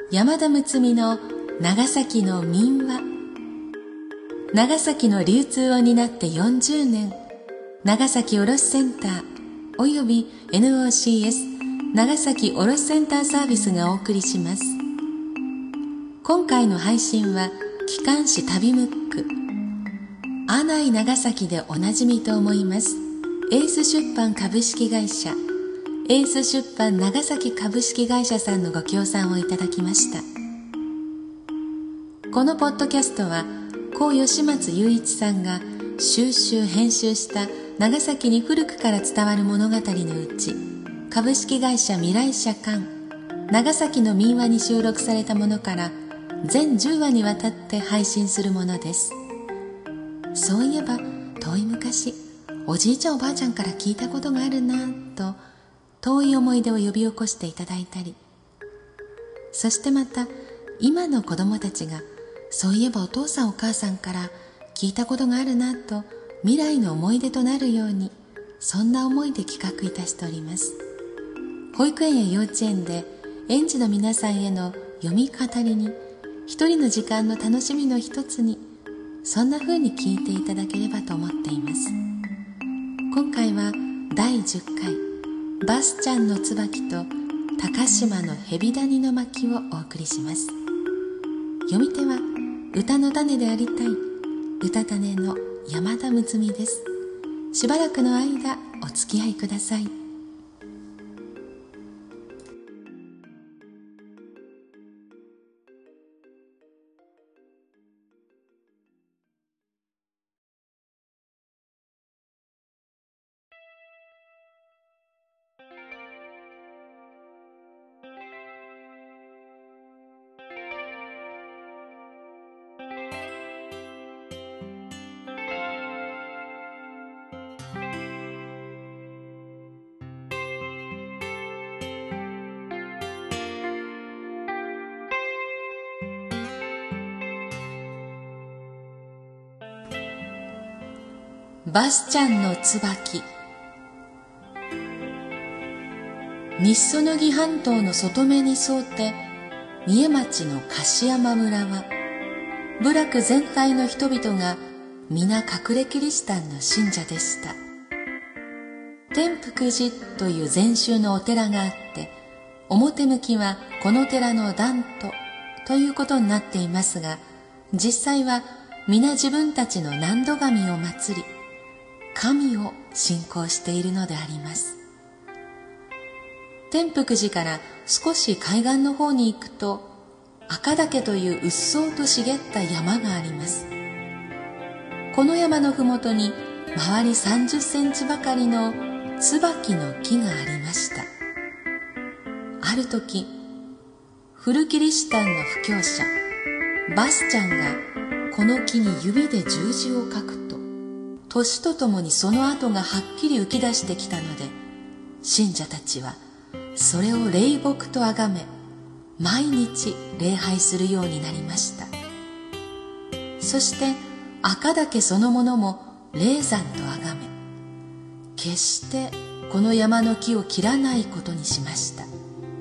山田睦美の長崎の民話。長崎の流通を担って40年、長崎卸センターおよび NOCS 長崎卸センターサービスがお送りします。今回の配信は機関誌旅ムック、阿内長崎でおなじみと思いますエース出版株式会社、エース出版長崎株式会社さんのご協賛をいただきました。このポッドキャストは高吉松雄一さんが収集編集した長崎に古くから伝わる物語のうち、株式会社未来社館長崎の民話に収録されたものから全10話にわたって配信するものです。そういえば遠い昔、おじいちゃんおばあちゃんから聞いたことがあるなぁと遠い思い出を呼び起こしていただいたり、そしてまた今の子供たちがそういえばお父さんお母さんから聞いたことがあるなと未来の思い出となるように、そんな思いで企画いたしております。保育園や幼稚園で園児の皆さんへの読み語りに、一人の時間の楽しみの一つに、そんな風に聞いていただければと思っています。今回は第10回バスちゃんの椿と高島の蛇谷の巻をお送りします。読み手は歌の種でありたい歌種の山田睦美です。しばらくの間お付き合いください。バスちゃんの椿。日曽木半島の外目に沿って三重町の樫山村は、部落全体の人々が皆隠れキリシタンの信者でした。天福寺という禅宗のお寺があって、表向きはこの寺の檀徒ということになっていますが、実際は皆自分たちの納戸神を祀り、神を信仰しているのであります。天福寺から少し海岸の方に行くと、赤岳といううっそうと茂った山があります。この山のふもとに周り30センチばかりの椿の木がありました。ある時、古キリシタンの布教者バスちゃんがこの木に指で十字を書くと、年とともにその跡がはっきり浮き出してきたので、信者たちはそれを霊木と崇め、毎日礼拝するようになりました。そして赤岳そのものも霊山と崇め、決してこの山の木を切らないことにしました。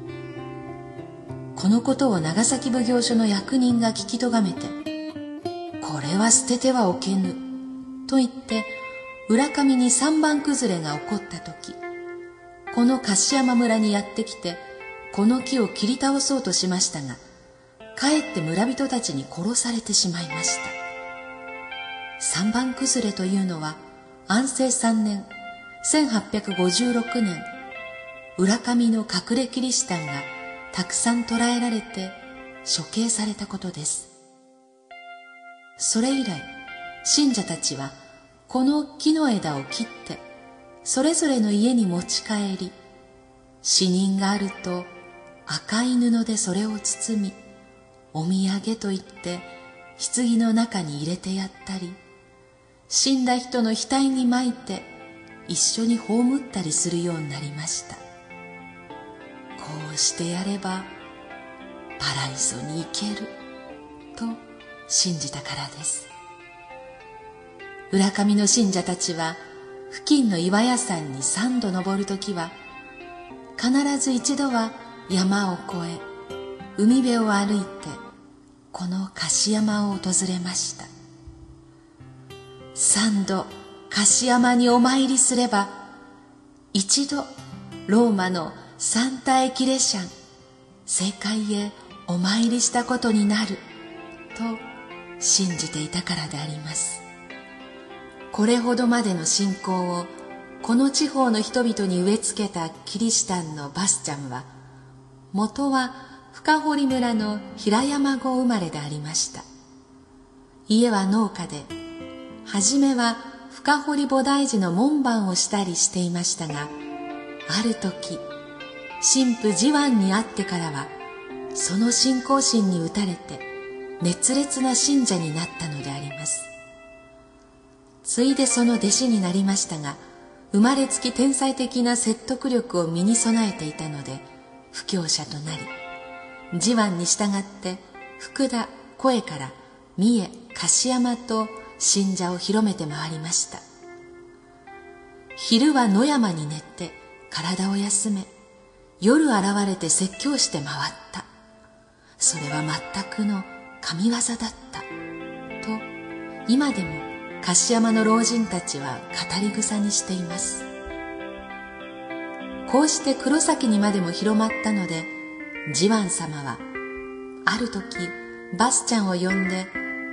このことを長崎奉行所の役人が聞きとがめて、これは捨ててはおけぬと言って、浦上に三番崩れが起こった時、この樫山村にやってきて、この木を切り倒そうとしましたが、かえって村人たちに殺されてしまいました。三番崩れというのは、安政3年、1856年、浦上の隠れキリシタンがたくさん捕らえられて処刑されたことです。それ以来、信者たちはこの木の枝を切ってそれぞれの家に持ち帰り、死人があると赤い布でそれを包み、お土産と言って棺の中に入れてやったり、死んだ人の額に巻いて一緒に葬ったりするようになりました。こうしてやればパライソに行けると信じたからです。浦上の信者たちは付近の岩屋山に3度登るときは、必ず一度は山を越え海辺を歩いてこの樫山を訪れました。三度樫山にお参りすれば、一度ローマのサンタエキレシャン、政界へお参りしたことになると信じていたからであります。これほどまでの信仰をこの地方の人々に植え付けたキリシタンのバスチャンは、元は深堀村の平山郷生まれでありました。家は農家で、はじめは深堀菩提寺の門番をしたりしていましたが、ある時神父ジワンに会ってからは、その信仰心に打たれて熱烈な信者になったのであります。ついでその弟子になりましたが、生まれつき天才的な説得力を身に備えていたので布教者となり、ジワンに従って福田、声から三重、樫山と信者を広めて回りました。昼は野山に寝て体を休め、夜現れて説教して回った。それは全くの神業だったと、今でも樫山の老人たちは語り草にしています。こうして黒崎にまでも広まったので、ジワン様はある時バスチャンを呼んで、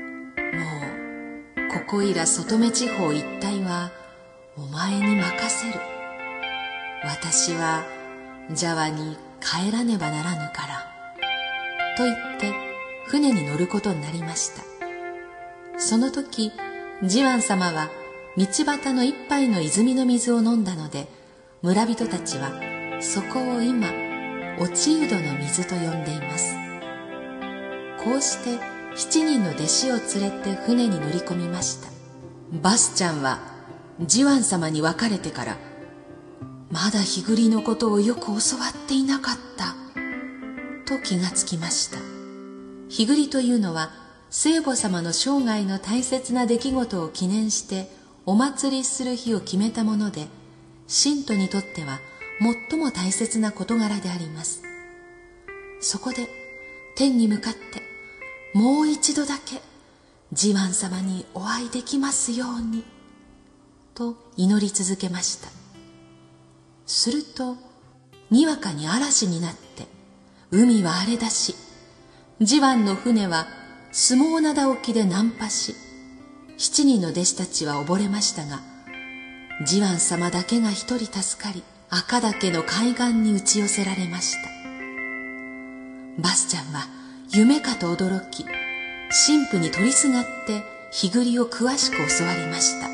もうここいら外目地方一帯はお前に任せる。私はジャワに帰らねばならぬから、と言って船に乗ることになりました。その時ジワン様は道端の一杯の泉の水を飲んだので、村人たちはそこを今落ちうどの水と呼んでいます。こうして7人の弟子を連れて船に乗り込みました。バスチャンはジワン様に別れてからまだ日暮里のことをよく教わっていなかったと気がつきました。日暮里というのは聖母様の生涯の大切な出来事を記念してお祭りする日を決めたもので、信徒にとっては最も大切な事柄であります。そこで天に向かってもう一度だけジワン様にお会いできますようにと祈り続けました。するとにわかに嵐になって海は荒れ出し、ジワンの船は相撲灘沖で難破し、7人の弟子たちは溺れましたが、ジワン様だけが一人助かり、赤岳の海岸に打ち寄せられました。バスチャンは夢かと驚き、神父に取りすがって日暮里を詳しく教わりました。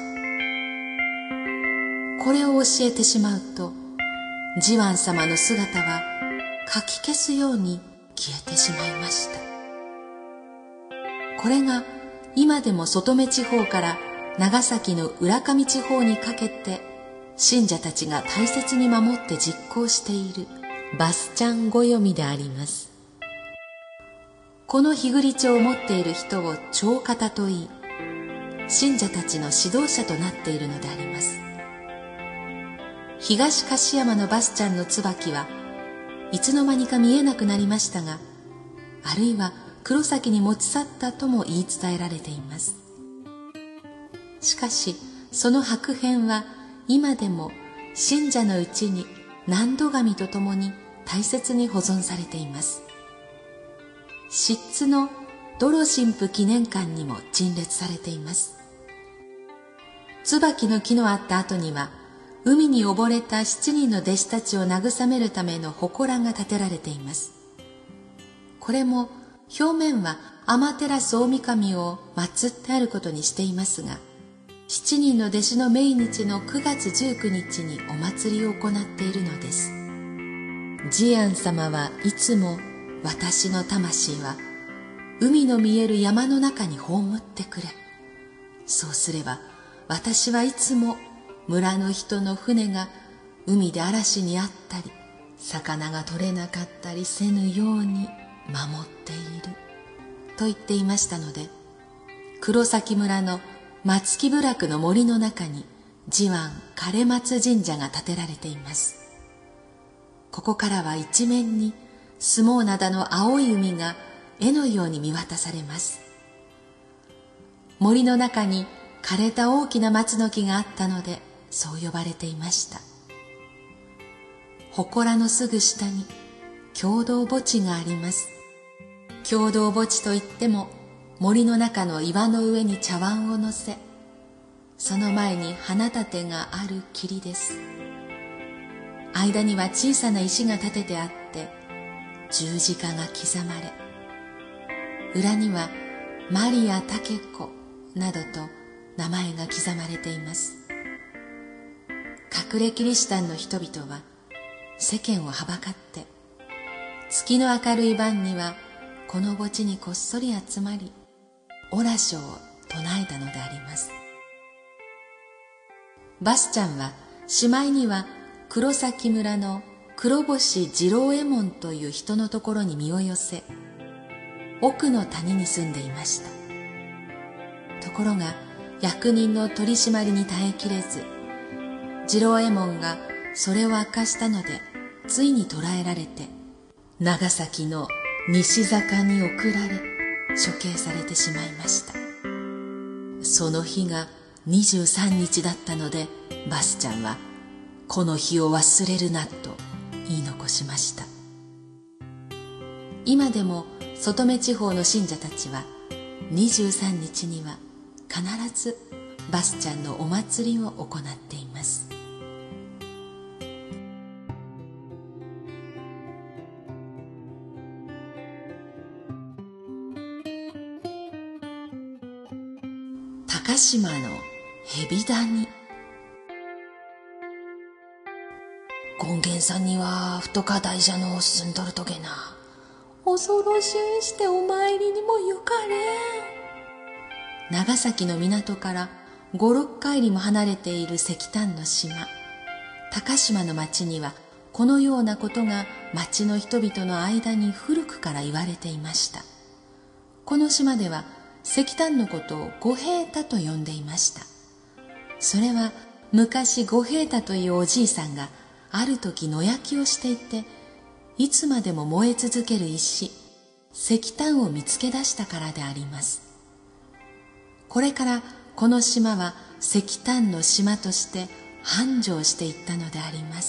これを教えてしまうと、ジワン様の姿はかき消すように消えてしまいました。これが今でも外目地方から長崎の浦上地方にかけて信者たちが大切に守って実行しているバスチャン暦であります。この日暮町を持っている人を町方といい、信者たちの指導者となっているのであります。東樫山のバスチャンの椿はいつの間にか見えなくなりましたが、あるいは黒崎に持ち去ったとも言い伝えられています。しかしその白片は今でも信者のうちに南土神とともに大切に保存されています。漆津の泥神父記念館にも陳列されています。椿の木のあった後には、海に溺れた7人の弟子たちを慰めるための祠が建てられています。これも表面は天照大神を祀ってあることにしていますが、7人の弟子の命日の9月19日にお祭りを行っているのです。ジアン様はいつも、私の魂は海の見える山の中に葬ってくれ。そうすれば私はいつも村の人の船が海で嵐にあったり、魚が取れなかったりせぬように守っていると言っていましたので、黒崎村の松木部落の森の中に慈湾枯松神社が建てられています。ここからは一面にスモー灘の青い海が絵のように見渡されます。森の中に枯れた大きな松の木があったので、そう呼ばれていました。祠のすぐ下に共同墓地があります。共同墓地といっても、森の中の岩の上に茶碗を乗せ、その前に花立てがある霧です。間には小さな石が立ててあって、十字架が刻まれ、裏にはマリア竹子などと名前が刻まれています。隠れキリシタンの人々は世間をはばかって、月の明るい晩にはこの墓地にこっそり集まり、オラ書を唱えたのであります。バスチャンはしまいには黒崎村の黒星次郎右衛門という人のところに身を寄せ、奥の谷に住んでいました。ところが役人の取り締まりに耐えきれず、次郎右衛門がそれを明かしたので、ついに捕らえられて長崎の西坂に送られ、処刑されてしまいました。その日が23日だったので、バスチャンはこの日を忘れるなと言い残しました。今でも外目地方の信者たちは23日には必ずバスチャンのお祭りを行っています。高島の蛇谷。権現さんには太か大社の住んどるとげな。恐ろしいしてお参りにも行かれん。長崎の港から5、6海里も離れている石炭の島、高島の町にはこのようなことが町の人々の間に古くから言われていました。この島では石炭のことを五平太と呼んでいました。それは昔五平太というおじいさんがある時野焼きをしていて、いつまでも燃え続ける石、石炭を見つけ出したからであります。これからこの島は石炭の島として繁盛していったのであります。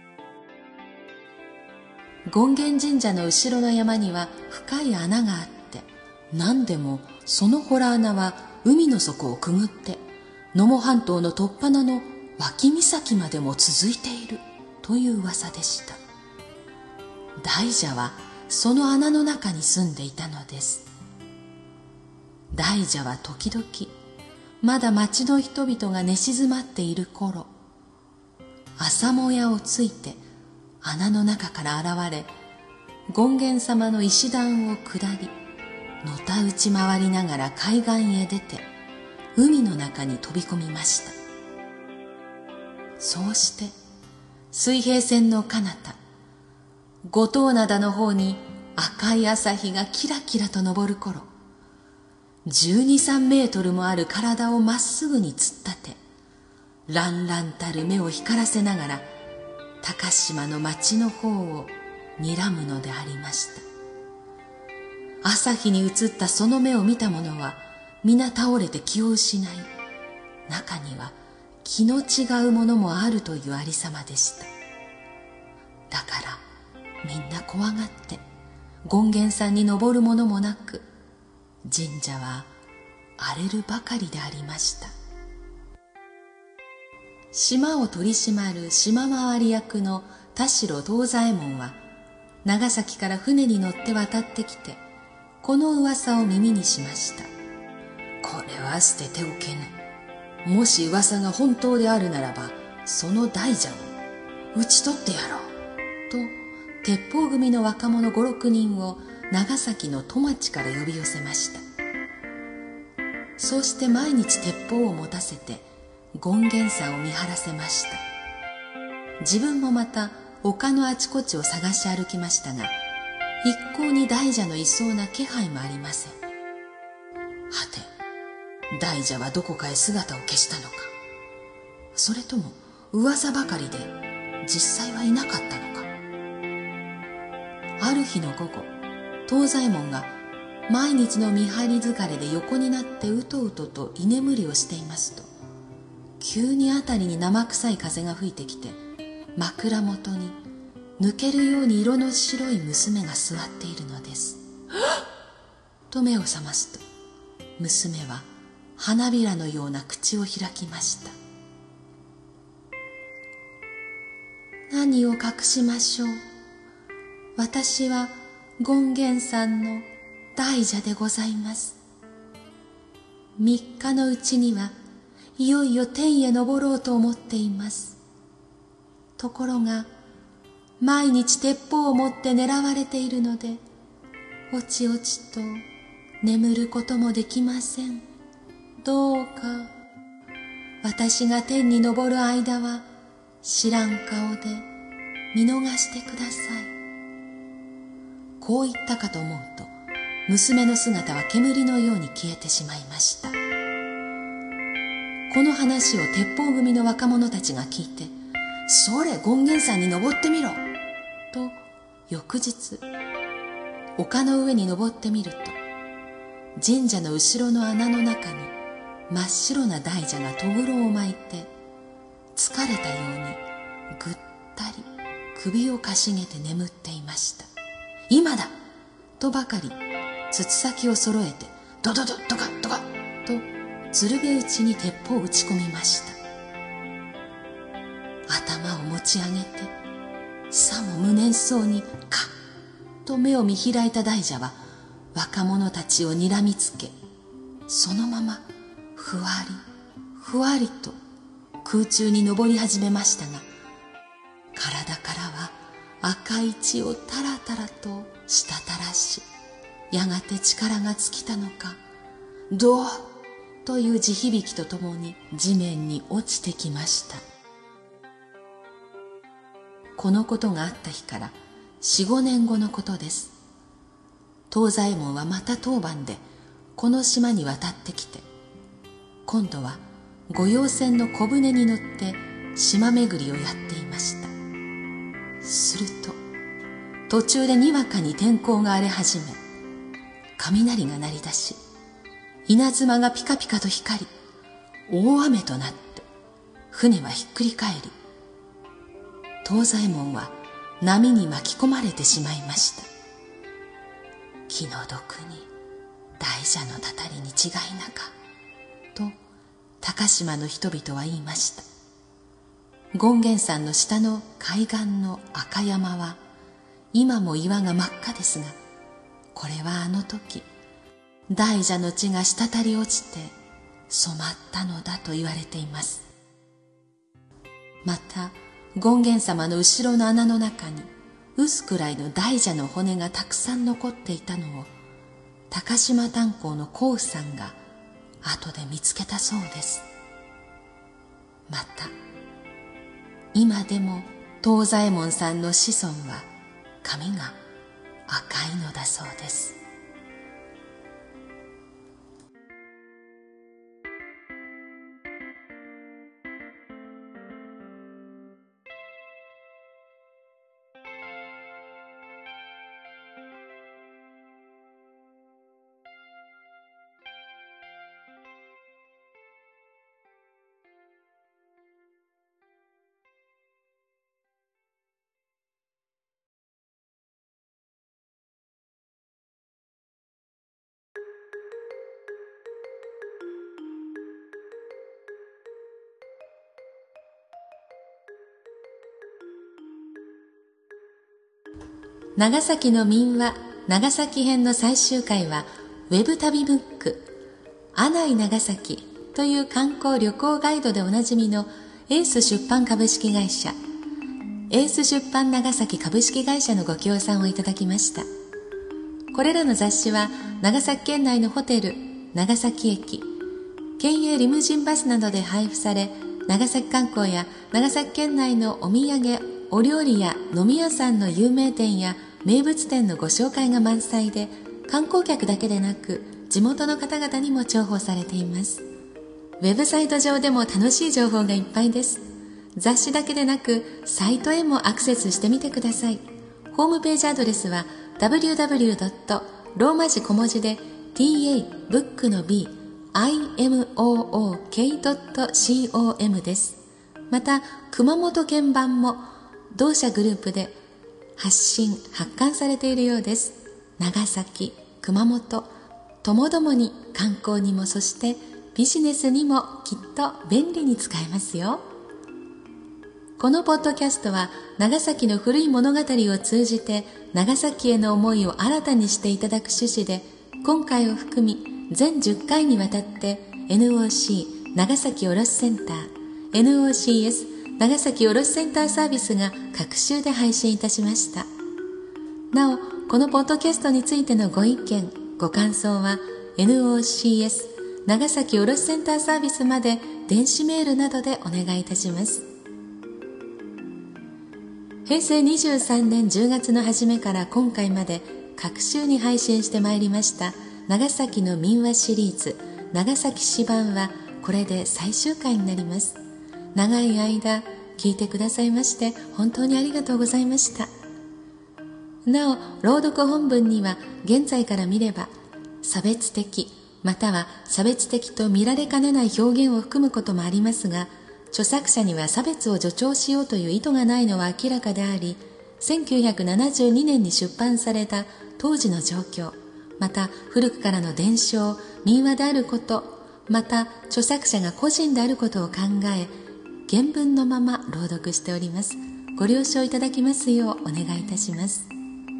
権現神社の後ろの山には深い穴があって、何でもその洞穴は海の底をくぐって野茂半島の突破名の脇岬までも続いているという噂でした。大蛇はその穴の中に住んでいたのです。大蛇は時々まだ町の人々が寝静まっている頃、朝もやをついて穴の中から現れ、権現様の石段を下り、のたうち回りながら海岸へ出て海の中に飛び込みました。そうして水平線の彼方、五島灘の方に赤い朝日がキラキラと昇る頃、12、3メートルもある体をまっすぐに突っ立て、乱々たる目を光らせながら高島の町の方を睨むのでありました。朝日に映ったその目を見た者は皆倒れて気を失い、中には気の違うものもあるというありさまでした。だからみんな怖がって権現さんに登るものもなく、神社は荒れるばかりでありました。島を取り締まる島回り役の田代藤左衛門は長崎から船に乗って渡ってきて、この噂を耳にしました。これは捨てておけぬ。もし噂が本当であるならば、その大蛇を討ち取ってやろうと、鉄砲組の若者5、6人を長崎の戸町から呼び寄せました。そうして毎日鉄砲を持たせて権現さんを見張らせました。自分もまた丘のあちこちを探し歩きましたが、一向に大蛇のいそうな気配もありません。はて、大蛇はどこかへ姿を消したのか、それとも噂ばかりで実際はいなかったのか。ある日の午後、藤左衛門が毎日の見張り疲れで横になってうとうとと居眠りをしていますと、急にあたりに生臭い風が吹いてきて、枕元に抜けるように色の白い娘が座っているのです。と目を覚ますと、娘は花びらのような口を開きました。何を隠しましょう。私は権現さんの大蛇でございます。3日のうちにはいよいよ天へ昇ろうと思っています。ところが毎日鉄砲を持って狙われているので、おちおちと眠ることもできません。どうか私が天に昇る間は知らん顔で見逃してください。こう言ったかと思うと、娘の姿は煙のように消えてしまいました。この話を鉄砲組の若者たちが聞いて、それ権現山に登ってみろと、翌日丘の上に登ってみると、神社の後ろの穴の中に真っ白な大蛇がとぐろを巻いて、疲れたようにぐったり首をかしげて眠っていました。今だとばかり筒先を揃えて、ドドドドカドカと鶴瓶打ちに鉄砲を打ち込みました。頭を持ち上げて、さも無念そうにカッと目を見開いた大蛇は若者たちをにらみつけ、そのままふわりふわりと空中に登り始めましたが、体からは赤い血をたらたらと滴らし、やがて力が尽きたのか、ドーという地響きとともに地面に落ちてきました。このことがあった日から4、5年後のことです。藤左衛門はまた当番でこの島に渡ってきて、今度は御用船の小舟に乗って島巡りをやっていました。すると途中でにわかに天候が荒れ始め、雷が鳴り出し、稲妻がピカピカと光り、大雨となって船はひっくり返り、藤左衛門は波に巻き込まれてしまいました。気の毒に大蛇のたたりに違いなかと高島の人々は言いました。権現山の下の海岸の赤山は今も岩が真っ赤ですが、これはあの時大蛇の血が滴り落ちて染まったのだと言われています。また権現様の後ろの穴の中に臼くらいの大蛇の骨がたくさん残っていたのを高島炭鉱の鉱夫さんが後で見つけたそうです。また今でも藤左衛門さんの子孫は髪が赤いのだそうです。長崎の民話長崎編の最終回はウェブ旅ブック阿内長崎という観光旅行ガイドでおなじみのエース出版株式会社エース出版長崎株式会社のご協賛をいただきました。これらの雑誌は長崎県内のホテル、長崎駅、県営リムジンバスなどで配布され、長崎観光や長崎県内のお土産、お料理や飲み屋さんの有名店や名物店のご紹介が満載で、観光客だけでなく地元の方々にも重宝されています。ウェブサイト上でも楽しい情報がいっぱいです。雑誌だけでなくサイトへもアクセスしてみてください。ホームページアドレスは www. ローマ字小文字で tabook の b imook.com です。また熊本県版も同社グループで発刊されているようです。長崎、熊本ともどもに観光にも、そしてビジネスにもきっと便利に使えますよ。このポッドキャストは長崎の古い物語を通じて長崎への思いを新たにしていただく趣旨で、今回を含み全10回にわたって NOC 長崎卸センター、NOCS 長崎卸センターサービスが各週で配信いたしました。なお、このポッドキャストについてのご意見ご感想は NOCS 長崎卸センターサービスまで電子メールなどでお願いいたします。平成23年10月の初めから今回まで各週に配信してまいりました長崎の民話シリーズ長崎詩版はこれで最終回になります。長い間聞いてくださいまして本当にありがとうございました。なお、朗読本文には現在から見れば差別的または差別的と見られかねない表現を含むこともありますが、著作者には差別を助長しようという意図がないのは明らかであり、1972年に出版された当時の状況、また古くからの伝承、民話であること、また著作者が個人であることを考え、原文のまま朗読しております。ご了承いただきますようお願いいたします。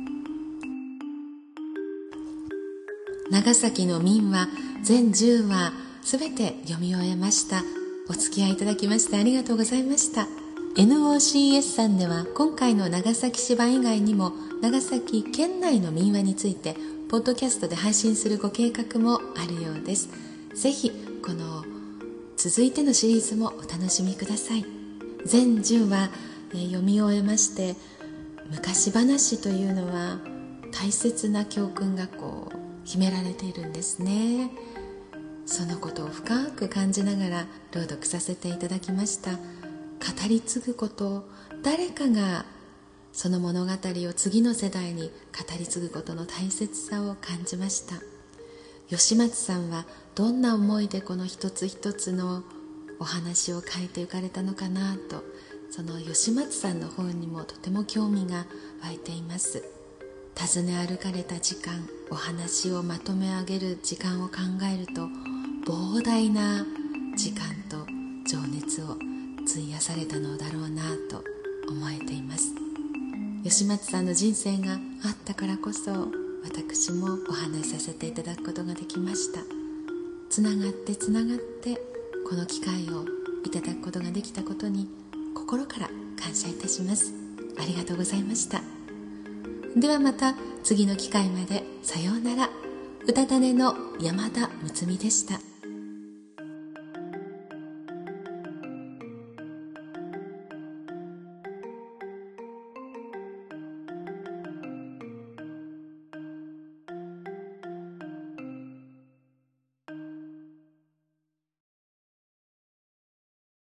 長崎の民話全10話すべて読み終えました。お付き合いいただきましてありがとうございました。 NOCS さんでは今回の長崎詩版以外にも長崎県内の民話についてポッドキャストで配信するご計画もあるようです。ぜひこの続いてのシリーズもお楽しみください。全10話、読み終えまして、昔話というのは大切な教訓が秘められているんですね。そのことを深く感じながら朗読させていただきました。語り継ぐこと、誰かがその物語を次の世代に語り継ぐことの大切さを感じました。吉松さんはどんな思いでこの一つ一つのお話を書いてゆかれたのかなと、その吉松さんの方にもとても興味が湧いています。訪ね歩かれた時間、お話をまとめ上げる時間を考えると膨大な時間と情熱を費やされたのだろうなと思えています。吉松さんの人生があったからこそ私もお話しさせていただくことができました。つながってこの機会をいただくことができたことに心から感謝いたします。ありがとうございました。ではまた次の機会まで。さようなら。うたたねの山田睦美でした。